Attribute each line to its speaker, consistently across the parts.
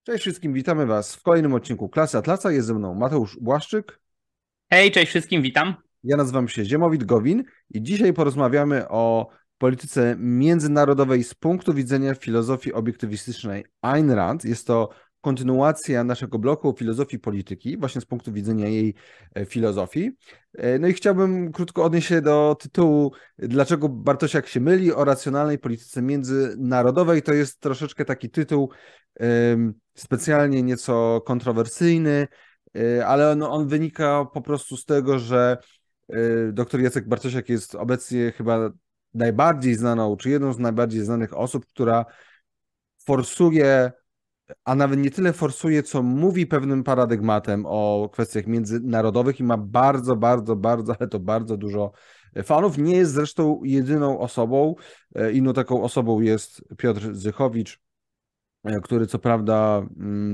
Speaker 1: Cześć wszystkim, witamy Was w kolejnym odcinku Klasy Atlasa. Jest ze mną Mateusz Błaszczyk,
Speaker 2: Hej, cześć wszystkim, witam.
Speaker 1: ja nazywam się Ziemowit Gowin i dzisiaj porozmawiamy o polityce międzynarodowej z punktu widzenia filozofii obiektywistycznej Ayn Rand. Jest to kontynuacja naszego bloku o filozofii polityki, właśnie z punktu widzenia jej filozofii. No i chciałbym krótko odnieść się do tytułu Dlaczego Bartosiak się myli o racjonalnej polityce międzynarodowej. To jest troszeczkę taki tytuł specjalnie nieco kontrowersyjny, ale on wynika po prostu z tego, że dr Jacek Bartosiak jest obecnie chyba najbardziej znaną, czy jedną z najbardziej znanych osób, która forsuje, a nawet nie tyle forsuje, co mówi pewnym paradygmatem o kwestiach międzynarodowych i ma bardzo, bardzo, bardzo, ale to bardzo dużo fanów. Nie jest zresztą jedyną osobą. Inną taką osobą jest Piotr Zychowicz, który co prawda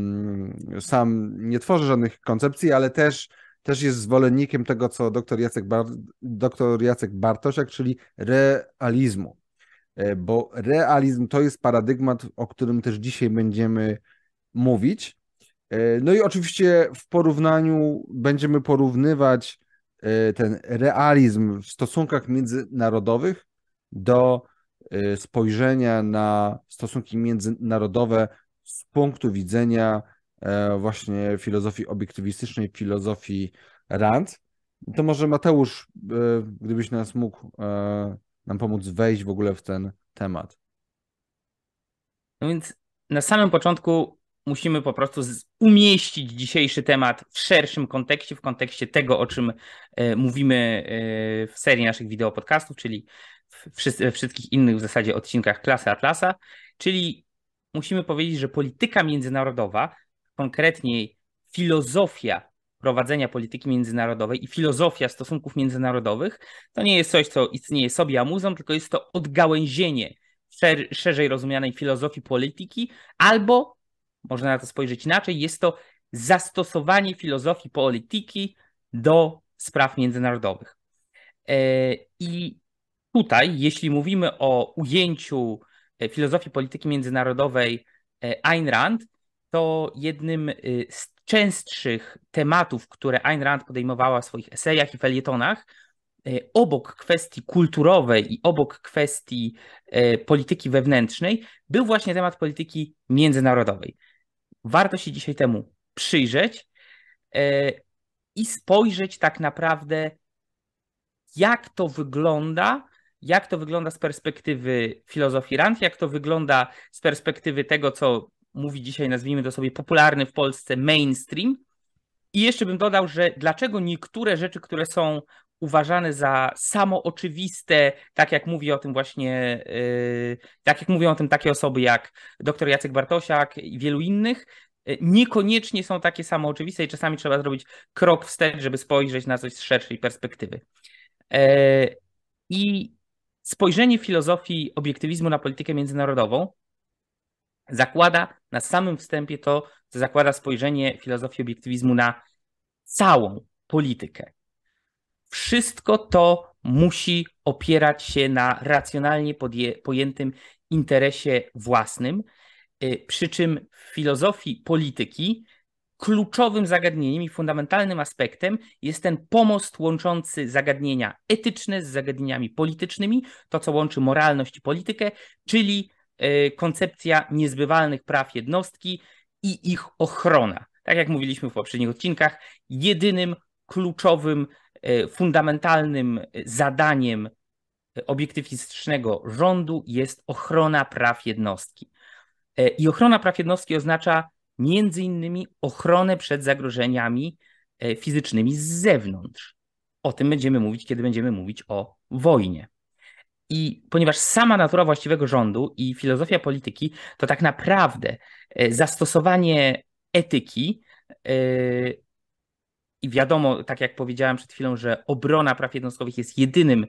Speaker 1: sam nie tworzy żadnych koncepcji, ale też jest zwolennikiem tego, co dr Jacek Bartosiak, czyli realizmu. Bo realizm to jest paradygmat, o którym też dzisiaj będziemy mówić. No i oczywiście w porównaniu będziemy porównywać ten realizm w stosunkach międzynarodowych do spojrzenia na stosunki międzynarodowe z punktu widzenia właśnie filozofii obiektywistycznej, filozofii Rand. To może Mateusz, gdybyś nas mógł nam pomóc wejść w ogóle w ten temat.
Speaker 2: No więc na samym początku musimy po prostu umieścić dzisiejszy temat w szerszym kontekście, w kontekście tego, o czym mówimy w serii naszych wideopodcastów, czyli we wszystkich innych w zasadzie odcinkach Klasy Atlasa, czyli musimy powiedzieć, że polityka międzynarodowa, konkretnie filozofia prowadzenia polityki międzynarodowej i filozofia stosunków międzynarodowych, to nie jest coś, co istnieje sobie amuzą, tylko jest to odgałęzienie szerzej rozumianej filozofii polityki, albo można na to spojrzeć inaczej, jest to zastosowanie filozofii polityki do spraw międzynarodowych. I tutaj, jeśli mówimy o ujęciu filozofii polityki międzynarodowej Ayn Rand, to jednym z częstszych tematów, które Ayn Rand podejmowała w swoich esejach i felietonach, obok kwestii kulturowej i obok kwestii polityki wewnętrznej, był właśnie temat polityki międzynarodowej. Warto się dzisiaj temu przyjrzeć e, i spojrzeć tak naprawdę, jak to wygląda, jak to wygląda z perspektywy filozofii Rand, jak to wygląda z perspektywy tego, co mówi dzisiaj, nazwijmy to sobie, popularny w Polsce mainstream. I jeszcze bym dodał, że dlaczego niektóre rzeczy, które są uważane za samooczywiste, tak jak mówi o tym właśnie, tak jak mówią o tym takie osoby jak dr Jacek Bartosiak i wielu innych, niekoniecznie są takie samooczywiste i czasami trzeba zrobić krok wstecz, żeby spojrzeć na coś z szerszej perspektywy. E, I spojrzenie filozofii obiektywizmu na politykę międzynarodową zakłada na samym wstępie to, co zakłada spojrzenie filozofii obiektywizmu na całą politykę. Wszystko to musi opierać się na racjonalnie pojętym interesie własnym, przy czym w filozofii polityki kluczowym zagadnieniem i fundamentalnym aspektem jest ten pomost łączący zagadnienia etyczne z zagadnieniami politycznymi, to co łączy moralność i politykę, czyli koncepcja niezbywalnych praw jednostki i ich ochrona. Tak jak mówiliśmy w poprzednich odcinkach, jedynym kluczowym, fundamentalnym zadaniem obiektywistycznego rządu jest ochrona praw jednostki. I ochrona praw jednostki oznacza między innymi ochronę przed zagrożeniami fizycznymi z zewnątrz. O tym będziemy mówić, kiedy będziemy mówić o wojnie. I ponieważ sama natura właściwego rządu i filozofia polityki to tak naprawdę zastosowanie etyki, i wiadomo, tak jak powiedziałem przed chwilą, że obrona praw jednostkowych jest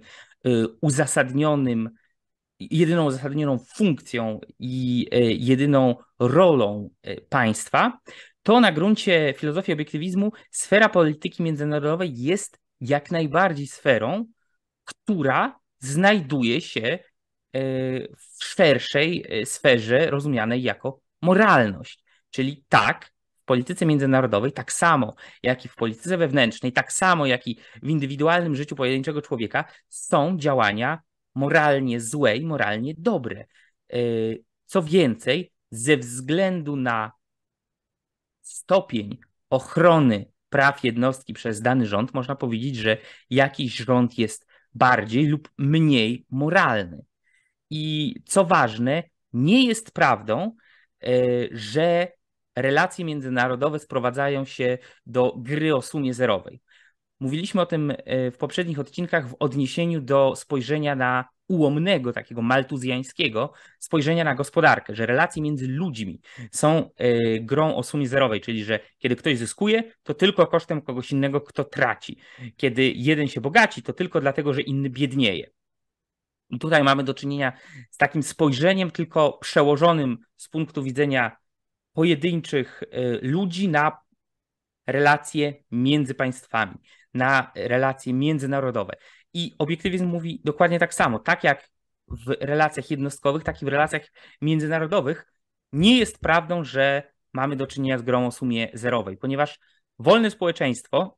Speaker 2: jedyną uzasadnioną funkcją i jedyną rolą państwa, to na gruncie filozofii obiektywizmu sfera polityki międzynarodowej jest jak najbardziej sferą, która znajduje się w szerszej sferze rozumianej jako moralność. Czyli tak, w polityce międzynarodowej, tak samo jak i w polityce wewnętrznej, tak samo jak i w indywidualnym życiu pojedynczego człowieka są działania moralnie złe i moralnie dobre. Co więcej, ze względu na stopień ochrony praw jednostki przez dany rząd, można powiedzieć, że jakiś rząd jest bardziej lub mniej moralny. I co ważne, nie jest prawdą, że relacje międzynarodowe sprowadzają się do gry o sumie zerowej. Mówiliśmy o tym w poprzednich odcinkach w odniesieniu do spojrzenia na ułomnego, takiego maltuzjańskiego spojrzenia na gospodarkę, że relacje między ludźmi są grą o sumie zerowej, czyli że kiedy ktoś zyskuje, to tylko kosztem kogoś innego, kto traci. Kiedy jeden się bogaci, to tylko dlatego, że inny biednieje. I tutaj mamy do czynienia z takim spojrzeniem tylko przełożonym z punktu widzenia pojedynczych ludzi na relacje między państwami, na relacje międzynarodowe. I obiektywizm mówi dokładnie tak samo. Tak jak w relacjach jednostkowych, tak i w relacjach międzynarodowych nie jest prawdą, że mamy do czynienia z grą o sumie zerowej, ponieważ wolne społeczeństwo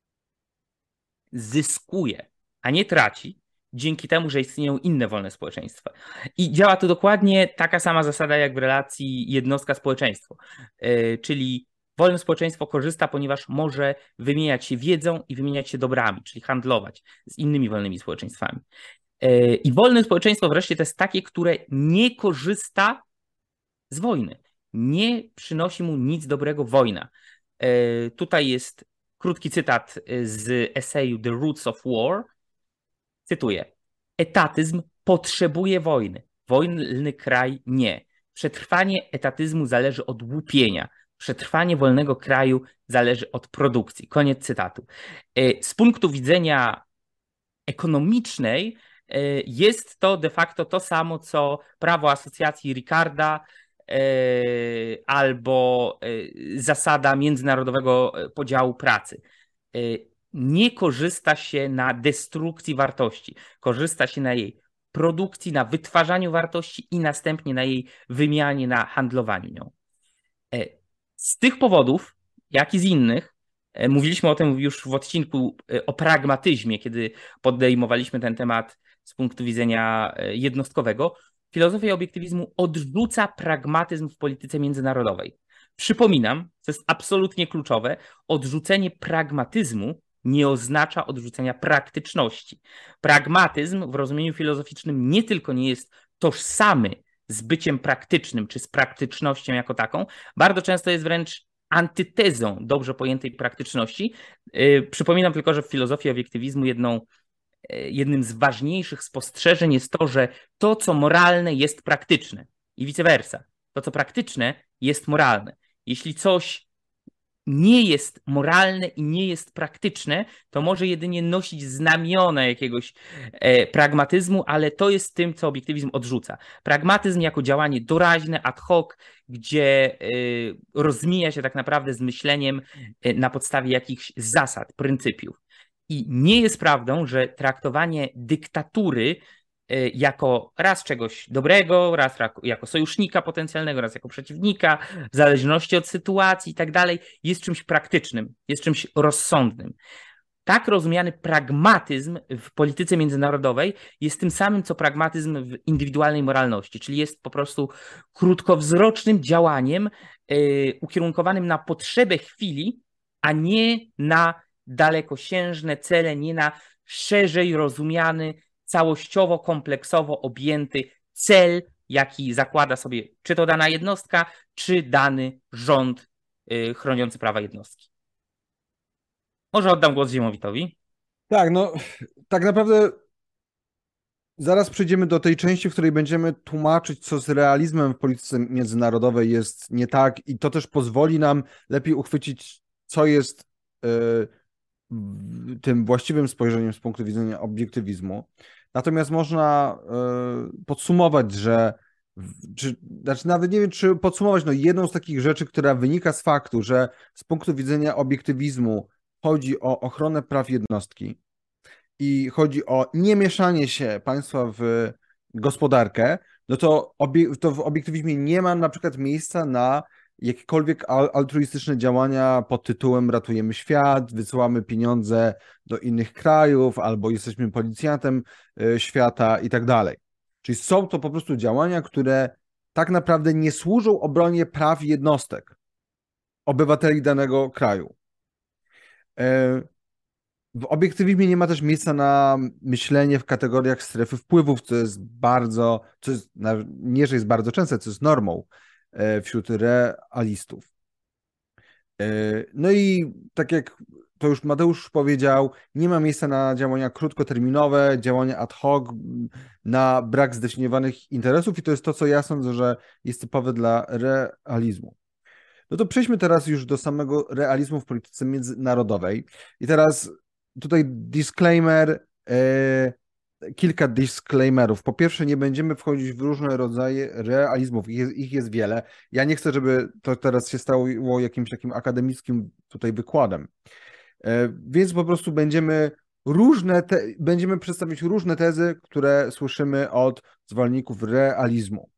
Speaker 2: zyskuje, a nie traci, dzięki temu, że istnieją inne wolne społeczeństwa. I działa tu dokładnie taka sama zasada jak w relacji jednostka-społeczeństwo, czyli wolne społeczeństwo korzysta, ponieważ może wymieniać się wiedzą i wymieniać się dobrami, czyli handlować z innymi wolnymi społeczeństwami. I wolne społeczeństwo wreszcie to jest takie, które nie korzysta z wojny. Nie przynosi mu nic dobrego wojna. Tutaj jest krótki cytat z eseju The Roots of War. Cytuję. Etatyzm potrzebuje wojny. Wolny kraj nie. Przetrwanie etatyzmu zależy od łupienia. Przetrwanie wolnego kraju zależy od produkcji. Koniec cytatu. Z punktu widzenia ekonomicznej jest to de facto to samo, co prawo asocjacji Ricarda albo zasada międzynarodowego podziału pracy. Nie korzysta się na destrukcji wartości, korzysta się na jej produkcji, na wytwarzaniu wartości i następnie na jej wymianie, na handlowaniu nią. Z tych powodów, jak i z innych, mówiliśmy o tym już w odcinku o pragmatyzmie, kiedy podejmowaliśmy ten temat z punktu widzenia jednostkowego, filozofia obiektywizmu odrzuca pragmatyzm w polityce międzynarodowej. Przypominam, co jest absolutnie kluczowe, odrzucenie pragmatyzmu nie oznacza odrzucenia praktyczności. Pragmatyzm w rozumieniu filozoficznym nie tylko nie jest tożsamy z byciem praktycznym, czy z praktycznością jako taką, bardzo często jest wręcz antytezą dobrze pojętej praktyczności. Przypominam tylko, że w filozofii obiektywizmu jednym z ważniejszych spostrzeżeń jest to, że to, co moralne, jest praktyczne i vice versa. To, co praktyczne, jest moralne. Jeśli coś nie jest moralne i nie jest praktyczne, to może jedynie nosić znamiona jakiegoś pragmatyzmu, ale to jest tym, co obiektywizm odrzuca. Pragmatyzm jako działanie doraźne, ad hoc, gdzie rozmija się tak naprawdę z myśleniem na podstawie jakichś zasad, pryncypiów. I nie jest prawdą, że traktowanie dyktatury jako raz czegoś dobrego, raz jako sojusznika potencjalnego, raz jako przeciwnika, w zależności od sytuacji i tak dalej, jest czymś praktycznym, jest czymś rozsądnym. Tak rozumiany pragmatyzm w polityce międzynarodowej jest tym samym, co pragmatyzm w indywidualnej moralności, czyli jest po prostu krótkowzrocznym działaniem ukierunkowanym na potrzebę chwili, a nie na dalekosiężne cele, nie na szerzej rozumiany, całościowo, kompleksowo objęty cel, jaki zakłada sobie czy to dana jednostka, czy dany rząd chroniący prawa jednostki. Może oddam głos Ziemowitowi.
Speaker 1: Tak, no tak naprawdę zaraz przejdziemy do tej części, w której będziemy tłumaczyć, co z realizmem w polityce międzynarodowej jest nie tak i to też pozwoli nam lepiej uchwycić, co jest tym właściwym spojrzeniem z punktu widzenia obiektywizmu. Natomiast można podsumować, że znaczy nawet nie wiem, czy podsumować, no jedną z takich rzeczy, która wynika z faktu, że z punktu widzenia obiektywizmu chodzi o ochronę praw jednostki i chodzi o niemieszanie się państwa w gospodarkę, no to w obiektywizmie nie ma na przykład miejsca na jakiekolwiek altruistyczne działania pod tytułem ratujemy świat, wysyłamy pieniądze do innych krajów, albo jesteśmy policjantem świata i tak dalej. Czyli są to po prostu działania, które tak naprawdę nie służą obronie praw jednostek, obywateli danego kraju. W obiektywizmie nie ma też miejsca na myślenie w kategoriach strefy wpływów, co jest bardzo, nie, że jest bardzo częste, co jest normą wśród realistów. No i tak jak to już Mateusz powiedział, nie ma miejsca na działania krótkoterminowe, działania ad hoc, na brak zdefiniowanych interesów i to jest to, co ja sądzę, że jest typowe dla realizmu. No to przejdźmy teraz już do samego realizmu w polityce międzynarodowej. I teraz tutaj disclaimer, kilka disclaimerów. Po pierwsze, nie będziemy wchodzić w różne rodzaje realizmów, ich jest wiele. Ja nie chcę, żeby to teraz się stało jakimś takim akademickim tutaj wykładem. Więc po prostu będziemy przedstawić różne tezy, które słyszymy od zwolenników realizmu.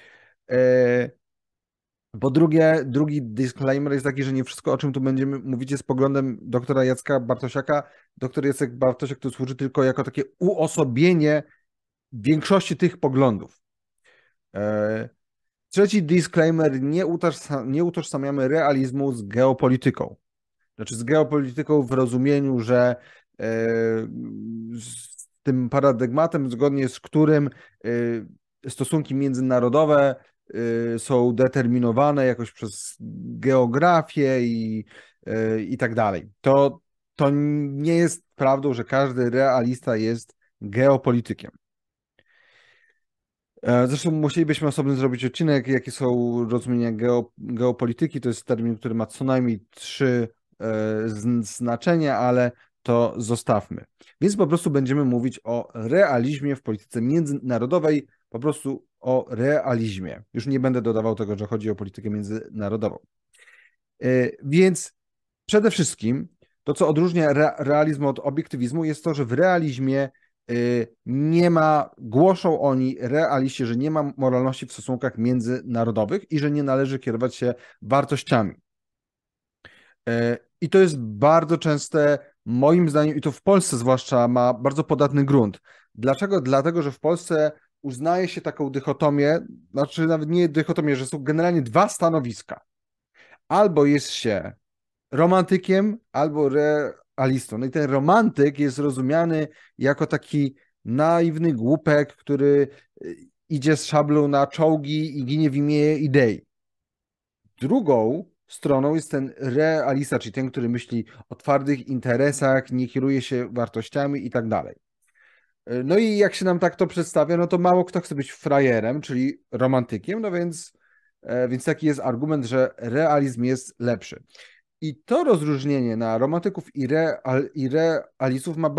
Speaker 1: Po drugie, drugi disclaimer jest taki, że nie wszystko, o czym tu będziemy mówić, jest poglądem doktora Jacka Bartosiaka. Doktor Jacek Bartosiak tu służy tylko jako takie uosobienie większości tych poglądów. Trzeci disclaimer, nie utożsamiamy realizmu z geopolityką. Znaczy z geopolityką w rozumieniu, że z tym paradygmatem, zgodnie z którym stosunki międzynarodowe są determinowane jakoś przez geografię i tak dalej. To nie jest prawdą, że każdy realista jest geopolitykiem. Zresztą musielibyśmy osobno zrobić odcinek, jakie są rozumienia geopolityki. To jest termin, który ma co najmniej 3 znaczenia, ale to zostawmy. Więc po prostu będziemy mówić o realizmie w polityce międzynarodowej, po prostu o realizmie. Już nie będę dodawał tego, że chodzi o politykę międzynarodową. Więc przede wszystkim to, co odróżnia realizm od obiektywizmu, jest to, że w realizmie głoszą oni, realiści, że nie ma moralności w stosunkach międzynarodowych i że nie należy kierować się wartościami. I to jest bardzo częste, moim zdaniem, i to w Polsce zwłaszcza, ma bardzo podatny grunt. Dlaczego? Dlatego, że w Polsce uznaje się taką dychotomię, znaczy nawet nie dychotomię, że są generalnie 2 stanowiska. Albo jest się romantykiem, albo realistą. No i ten romantyk jest rozumiany jako taki naiwny głupek, który idzie z szablą na czołgi i ginie w imię idei. Drugą stroną jest ten realista, czyli ten, który myśli o twardych interesach, nie kieruje się wartościami i tak dalej. No i jak się nam tak to przedstawia, no to mało kto chce być frajerem, czyli romantykiem, no więc taki jest argument, że realizm jest lepszy. I to rozróżnienie na romantyków i realistów ma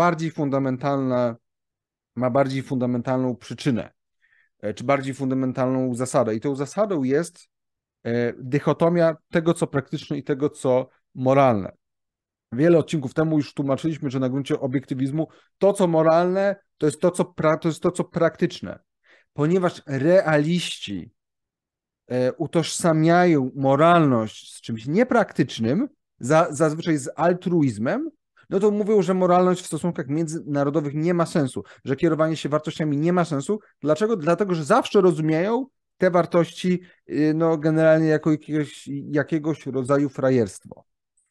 Speaker 1: bardziej fundamentalną przyczynę, czy bardziej fundamentalną zasadę. I tą zasadą jest dychotomia tego, co praktyczne i tego, co moralne. Wiele odcinków temu już tłumaczyliśmy, że na gruncie obiektywizmu to, co moralne, to jest to, co praktyczne. Ponieważ realiści utożsamiają moralność z czymś niepraktycznym, zazwyczaj z altruizmem, no to mówią, że moralność w stosunkach międzynarodowych nie ma sensu, że kierowanie się wartościami nie ma sensu. Dlaczego? Dlatego, że zawsze rozumieją te wartości no, generalnie jako jakiegoś rodzaju frajerstwo.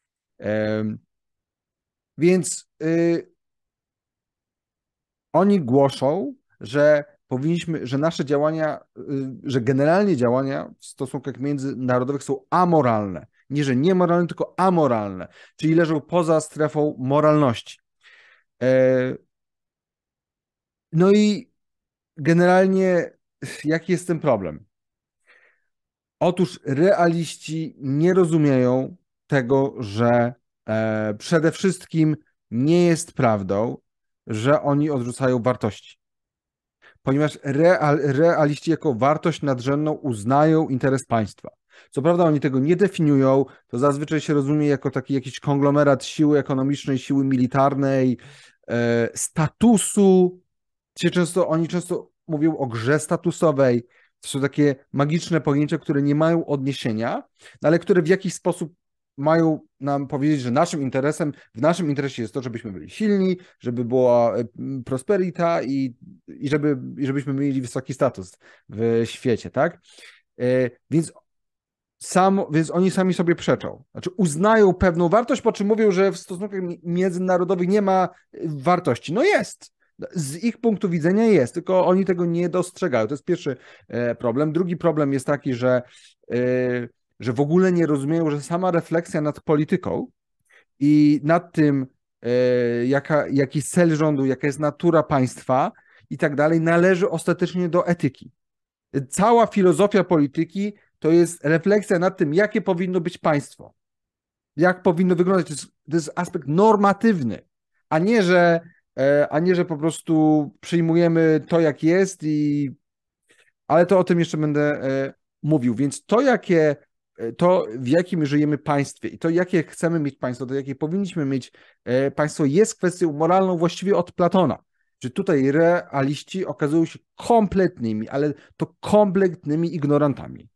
Speaker 1: Więc oni głoszą, że że nasze działania, że generalnie działania w stosunkach międzynarodowych są amoralne. Nie, że niemoralne, tylko amoralne, czyli leżą poza strefą moralności. No i generalnie jaki jest ten problem? Otóż realiści nie rozumieją tego, że przede wszystkim nie jest prawdą, że oni odrzucają wartości. Ponieważ realiści jako wartość nadrzędną uznają interes państwa. Co prawda oni tego nie definiują, to zazwyczaj się rozumie jako taki jakiś konglomerat siły ekonomicznej, siły militarnej, statusu. Oni często mówią o grze statusowej, To są takie magiczne pojęcia, które nie mają odniesienia, no ale które w jakiś sposób mają nam powiedzieć, że w naszym interesie jest to, żebyśmy byli silni, żeby była prosperita i żebyśmy mieli wysoki status w świecie, tak? Więc więc oni sami sobie przeczą. Znaczy uznają pewną wartość, po czym mówią, że w stosunkach międzynarodowych nie ma wartości. No jest. Z ich punktu widzenia jest, tylko oni tego nie dostrzegają. To jest pierwszy problem. Drugi problem jest taki, że w ogóle nie rozumieją, że sama refleksja nad polityką i nad tym, jaki jest cel rządu, jaka jest natura państwa i tak dalej, należy ostatecznie do etyki. Cała filozofia polityki to jest refleksja nad tym, jakie powinno być państwo, jak powinno wyglądać. To jest aspekt normatywny, a nie, że po prostu przyjmujemy to, jak jest, ale to o tym jeszcze będę mówił. Więc to, w jakim żyjemy państwie i to, jakie chcemy mieć państwo, to jakie powinniśmy mieć państwo, jest kwestią moralną właściwie od Platona. Że tutaj realiści okazują się kompletnymi, ale to kompletnymi ignorantami.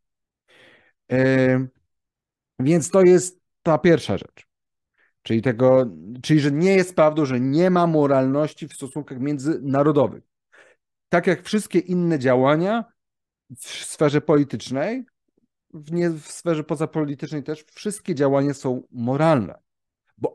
Speaker 1: Więc to jest ta pierwsza rzecz. Czyli że nie jest prawdą, że nie ma moralności w stosunkach międzynarodowych. Tak jak wszystkie inne działania w sferze politycznej, w sferze pozapolitycznej też, wszystkie działania są moralne. Bo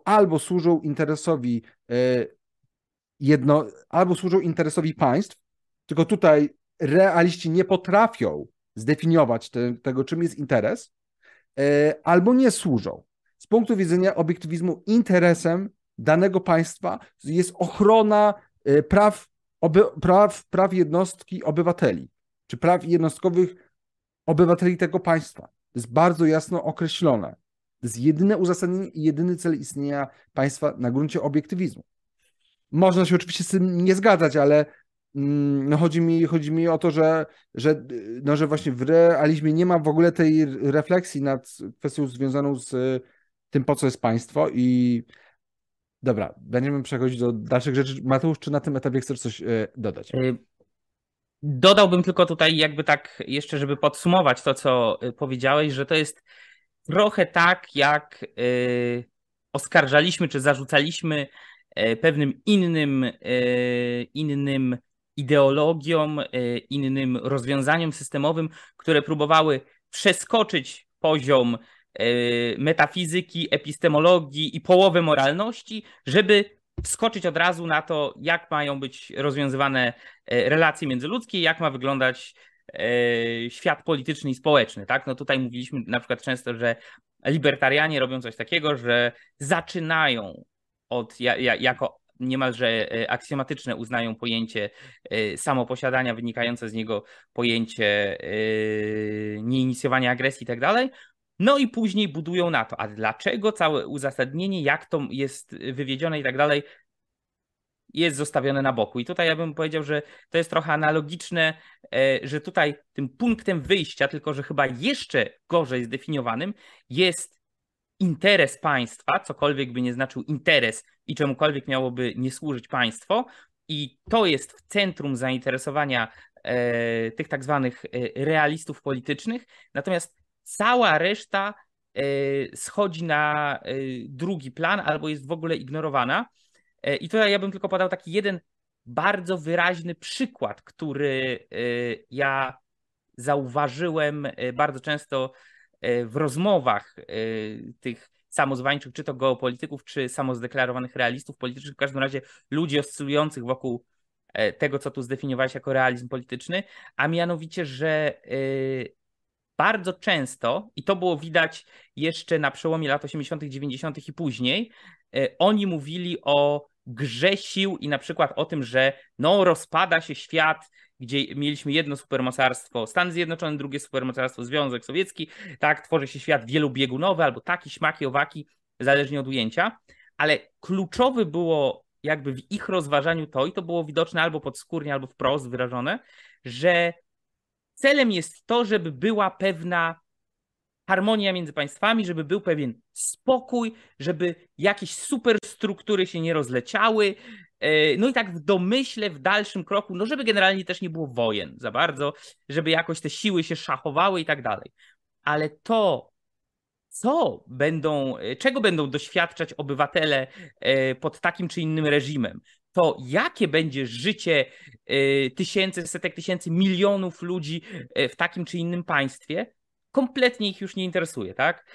Speaker 1: albo służą interesowi państw, tylko tutaj realiści nie potrafią zdefiniować tego, czym jest interes, albo nie służą. Z punktu widzenia obiektywizmu interesem danego państwa jest ochrona praw jednostki obywateli, czy praw jednostkowych obywateli tego państwa. To jest bardzo jasno określone. To jest jedyne uzasadnienie i jedyny cel istnienia państwa na gruncie obiektywizmu. Można się oczywiście z tym nie zgadzać, ale no chodzi mi o to, że właśnie w realizmie nie ma w ogóle tej refleksji nad kwestią związaną z tym, po co jest państwo i dobra, będziemy przechodzić do dalszych rzeczy. Mateusz, czy na tym etapie chcesz coś dodać?
Speaker 2: Dodałbym tylko tutaj jakby tak jeszcze, żeby podsumować to, co powiedziałeś, że to jest trochę tak, jak oskarżaliśmy czy zarzucaliśmy pewnym innym ideologiom, innym rozwiązaniom systemowym, które próbowały przeskoczyć poziom metafizyki, epistemologii i połowę moralności, żeby wskoczyć od razu na to, jak mają być rozwiązywane relacje międzyludzkie, jak ma wyglądać świat polityczny i społeczny. Tak? No tutaj mówiliśmy na przykład często, że libertarianie robią coś takiego, że zaczynają jako niemalże aksjomatyczne uznają pojęcie samoposiadania, wynikające z niego pojęcie nieinicjowania agresji i tak dalej. No i później budują na to. A dlaczego całe uzasadnienie, jak to jest wywiedzione i tak dalej, jest zostawione na boku. I tutaj ja bym powiedział, że to jest trochę analogiczne, że tutaj tym punktem wyjścia, tylko że chyba jeszcze gorzej zdefiniowanym, jest interes państwa, cokolwiek by nie znaczył interes i czemukolwiek miałoby nie służyć państwo. I to jest w centrum zainteresowania tych tak zwanych realistów politycznych. Natomiast cała reszta schodzi na drugi plan albo jest w ogóle ignorowana. I tutaj ja bym tylko podał taki jeden bardzo wyraźny przykład, który ja zauważyłem bardzo często w rozmowach tych samozwańczych, czy to geopolityków, czy samozdeklarowanych realistów politycznych, w każdym razie ludzi oscylujących wokół tego, co tu zdefiniowałeś jako realizm polityczny, a mianowicie, że bardzo często, i to było widać jeszcze na przełomie lat 80., 90. i później, oni mówili o grze sił i na przykład o tym, że no rozpada się świat, gdzie mieliśmy jedno supermocarstwo Stany Zjednoczone, drugie supermocarstwo Związek Sowiecki, tak, tworzy się świat wielobiegunowy albo taki, śmaki, owaki, zależnie od ujęcia, ale kluczowy było jakby w ich rozważaniu to, i to było widoczne albo podskórnie, albo wprost wyrażone, że celem jest to, żeby była pewna harmonia między państwami, żeby był pewien spokój, żeby jakieś superstruktury się nie rozleciały. No i tak w domyśle, w dalszym kroku, no żeby generalnie też nie było wojen za bardzo, żeby jakoś te siły się szachowały i tak dalej. Ale to, czego będą doświadczać obywatele pod takim czy innym reżimem, to jakie będzie życie tysięcy, setek tysięcy, milionów ludzi w takim czy innym państwie, kompletnie ich już nie interesuje, tak?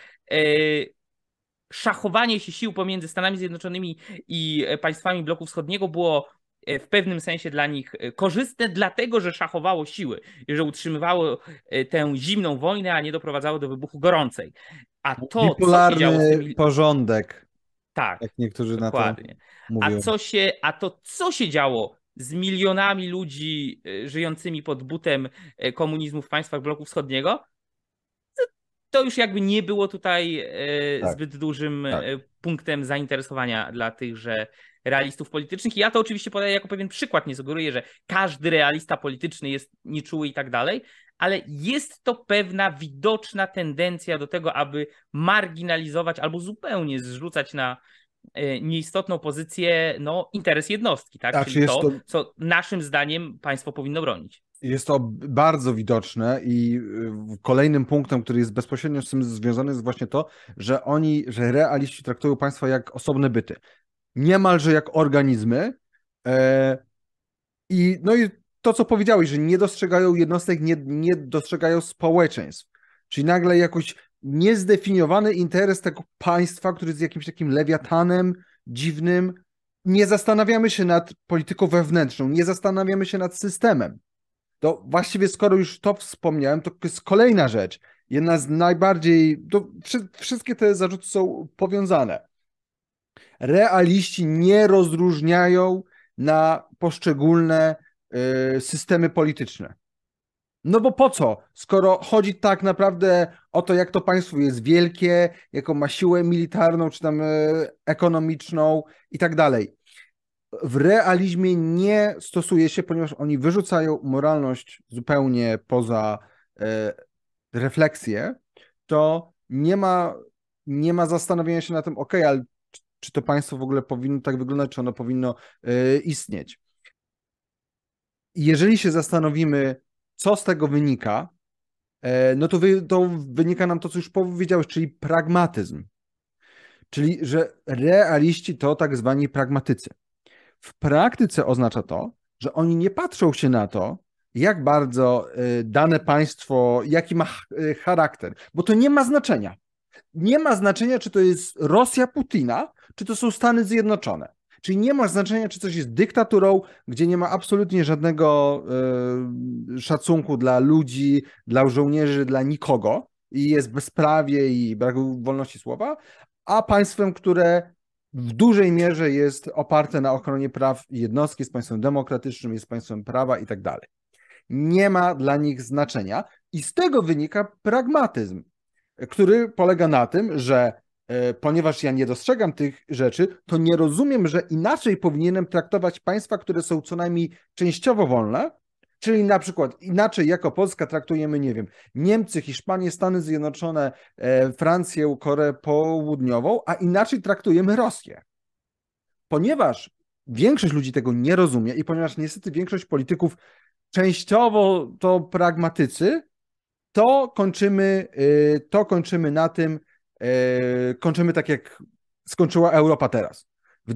Speaker 2: Szachowanie się sił pomiędzy Stanami Zjednoczonymi i państwami bloku wschodniego było w pewnym sensie dla nich korzystne, dlatego że szachowało siły i że utrzymywało tę zimną wojnę, a nie doprowadzało do wybuchu gorącej. A to, co się działo z
Speaker 1: Bipolarny
Speaker 2: tymi...
Speaker 1: porządek,
Speaker 2: Tak,
Speaker 1: jak niektórzy na to
Speaker 2: dokładnie.
Speaker 1: mówią.
Speaker 2: Co się działo z milionami ludzi żyjącymi pod butem komunizmu w państwach bloku wschodniego, to już jakby nie było tutaj
Speaker 1: Tak,
Speaker 2: zbyt dużym
Speaker 1: tak.
Speaker 2: punktem zainteresowania dla tychże realistów politycznych. I ja to oczywiście podaję jako pewien przykład, nie sugeruję, że każdy realista polityczny jest nieczuły i tak dalej, ale jest to pewna widoczna tendencja do tego, aby marginalizować albo zupełnie zrzucać na nieistotną pozycję interes jednostki, tak?
Speaker 1: A czy
Speaker 2: Czyli
Speaker 1: jest
Speaker 2: to,
Speaker 1: to,
Speaker 2: co naszym zdaniem państwo powinno bronić.
Speaker 1: jest to bardzo widoczne i kolejnym punktem, który jest bezpośrednio z tym związany, jest właśnie to, że realiści traktują państwa jak osobne byty. Niemalże jak organizmy. E, no i to, co powiedziałeś, że nie dostrzegają jednostek, nie dostrzegają społeczeństw. Czyli nagle jakoś niezdefiniowany interes tego państwa, który jest jakimś takim lewiatanem dziwnym. Nie zastanawiamy się nad polityką wewnętrzną, nie zastanawiamy się nad systemem. To właściwie, skoro już to wspomniałem, to jest kolejna rzecz. Jedna z najbardziej. Wszystkie te zarzuty są powiązane. Realiści nie rozróżniają na poszczególne systemy polityczne. No bo po co? Skoro chodzi tak naprawdę o to, jak to państwo jest wielkie, jaką ma siłę militarną, czy tam ekonomiczną i tak dalej. W realizmie nie stosuje się, ponieważ oni wyrzucają moralność zupełnie poza refleksję, to nie ma zastanowienia się na tym, ale czy to państwo w ogóle powinno tak wyglądać, czy ono powinno istnieć. Jeżeli się zastanowimy, co z tego wynika, no to wynika nam to, co już powiedziałeś, czyli pragmatyzm. Czyli, że realiści to tak zwani pragmatycy. W praktyce oznacza to, że oni nie patrzą się na to, jak bardzo dane państwo, jaki ma charakter, bo to nie ma znaczenia. Nie ma znaczenia, czy to jest Rosja Putina, czy to są Stany Zjednoczone. Czyli nie ma znaczenia, czy coś jest dyktaturą, gdzie nie ma absolutnie żadnego szacunku dla ludzi, dla żołnierzy, dla nikogo i jest bezprawie i brak wolności słowa, a państwem, które w dużej mierze jest oparte na ochronie praw jednostki, jest państwem demokratycznym, jest państwem prawa i tak dalej. Nie ma dla nich znaczenia i z tego wynika pragmatyzm, który polega na tym, że ponieważ ja nie dostrzegam tych rzeczy, to nie rozumiem, że inaczej powinienem traktować państwa, które są co najmniej częściowo wolne, czyli na przykład inaczej jako Polska traktujemy, nie wiem, Niemcy, Hiszpanię, Stany Zjednoczone, Francję, Koreę Południową, a inaczej traktujemy Rosję. Ponieważ większość ludzi tego nie rozumie i ponieważ niestety większość polityków częściowo to pragmatycy, to kończymy na tym, kończymy tak jak skończyła Europa teraz. W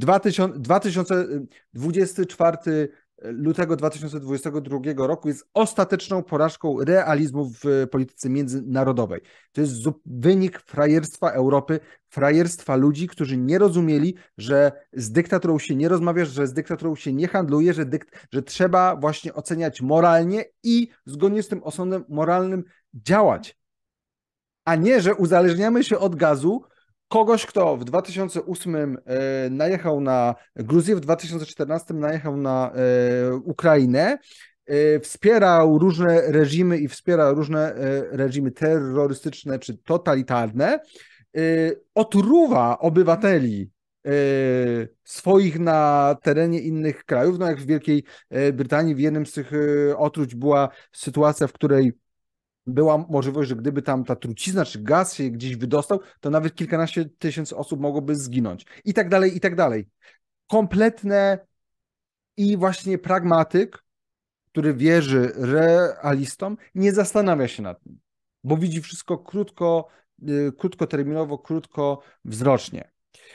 Speaker 1: 24 lutego 2022 roku jest ostateczną porażką realizmu w polityce międzynarodowej. To jest wynik frajerstwa Europy, frajerstwa ludzi, którzy nie rozumieli, że z dyktaturą się nie rozmawia, że z dyktaturą się nie handluje, że trzeba właśnie oceniać moralnie i zgodnie z tym osądem moralnym działać, a nie, że uzależniamy się od gazu kogoś, kto w 2008 najechał na Gruzję, w 2014 najechał na Ukrainę, wspierał różne reżimy i wspiera różne reżimy terrorystyczne czy totalitarne, otruwa obywateli swoich na terenie innych krajów, no jak w Wielkiej Brytanii w jednym z tych otruć była sytuacja, w której była możliwość, że gdyby tam ta trucizna czy gaz się gdzieś wydostał, to nawet kilkanaście tysięcy osób mogłoby zginąć. I tak dalej, i tak dalej. Kompletne i właśnie pragmatyk, który wierzy realistom, nie zastanawia się nad tym, bo widzi wszystko krótkoterminowo, krótkowzrocznie.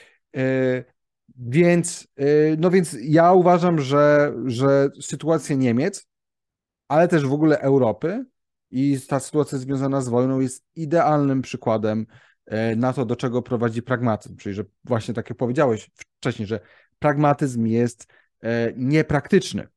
Speaker 1: No więc ja uważam, że sytuacja Niemiec, ale też w ogóle Europy i ta sytuacja związana z wojną jest idealnym przykładem na to, do czego prowadzi pragmatyzm. Czyli, że właśnie tak jak powiedziałeś wcześniej, że pragmatyzm jest niepraktyczny.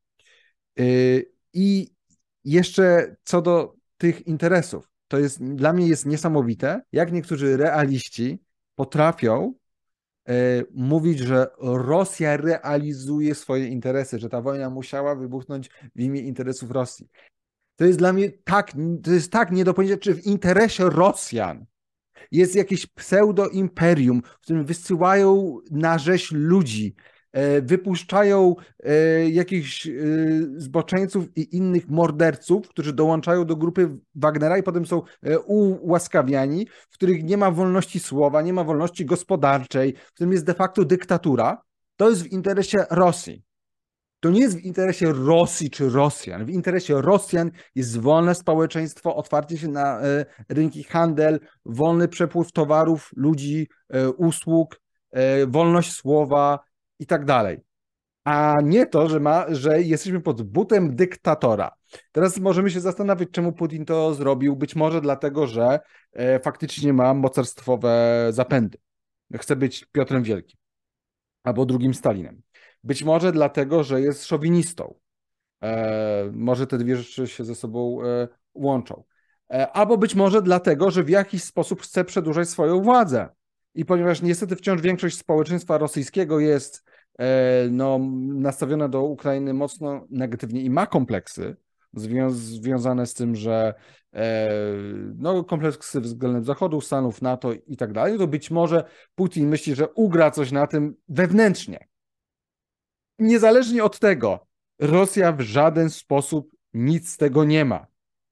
Speaker 1: I jeszcze co do tych interesów, to jest dla mnie jest niesamowite, jak niektórzy realiści potrafią mówić, że Rosja realizuje swoje interesy, że ta wojna musiała wybuchnąć w imię interesów Rosji. To jest dla mnie to jest tak nie do pojęcia, czy w interesie Rosjan jest jakieś pseudo-imperium, w którym wysyłają na rzeź ludzi, wypuszczają jakichś zboczeńców i innych morderców, którzy dołączają do grupy Wagnera i potem są ułaskawiani, w których nie ma wolności słowa, nie ma wolności gospodarczej, w którym jest de facto dyktatura. To jest w interesie Rosji. To nie jest w interesie Rosji czy Rosjan. W interesie Rosjan jest wolne społeczeństwo, otwarcie się na rynki, handel, wolny przepływ towarów, ludzi, usług, wolność słowa i tak dalej. A nie to, że jesteśmy pod butem dyktatora. Teraz możemy się zastanawiać, czemu Putin to zrobił. Być może dlatego, że faktycznie ma mocarstwowe zapędy. Chce być Piotrem Wielkim albo drugim Stalinem. Być może dlatego, że jest szowinistą. Może te dwie rzeczy się ze sobą łączą. Albo być może dlatego, że w jakiś sposób chce przedłużać swoją władzę. I ponieważ niestety wciąż większość społeczeństwa rosyjskiego jest no, nastawiona do Ukrainy mocno negatywnie i ma kompleksy związane z tym, że no, kompleksy względem Zachodu, Stanów, NATO i tak dalej, to być może Putin myśli, że ugra coś na tym wewnętrznie. Niezależnie od tego, Rosja w żaden sposób nic z tego nie ma.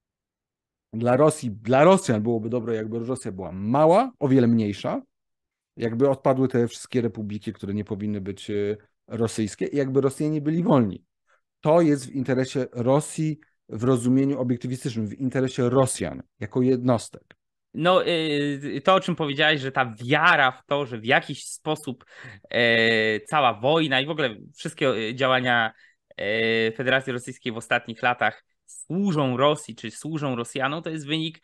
Speaker 1: Dla Rosjan byłoby dobre, jakby Rosja była mała, o wiele mniejsza, jakby odpadły te wszystkie republiki, które nie powinny być rosyjskie i jakby Rosjanie byli wolni. To jest w interesie Rosji w rozumieniu obiektywistycznym, w interesie Rosjan jako jednostek.
Speaker 2: No, to o czym powiedziałeś, że ta wiara w to, że w jakiś sposób cała wojna i w ogóle wszystkie działania Federacji Rosyjskiej w ostatnich latach służą Rosji, czy służą Rosjanom, to jest wynik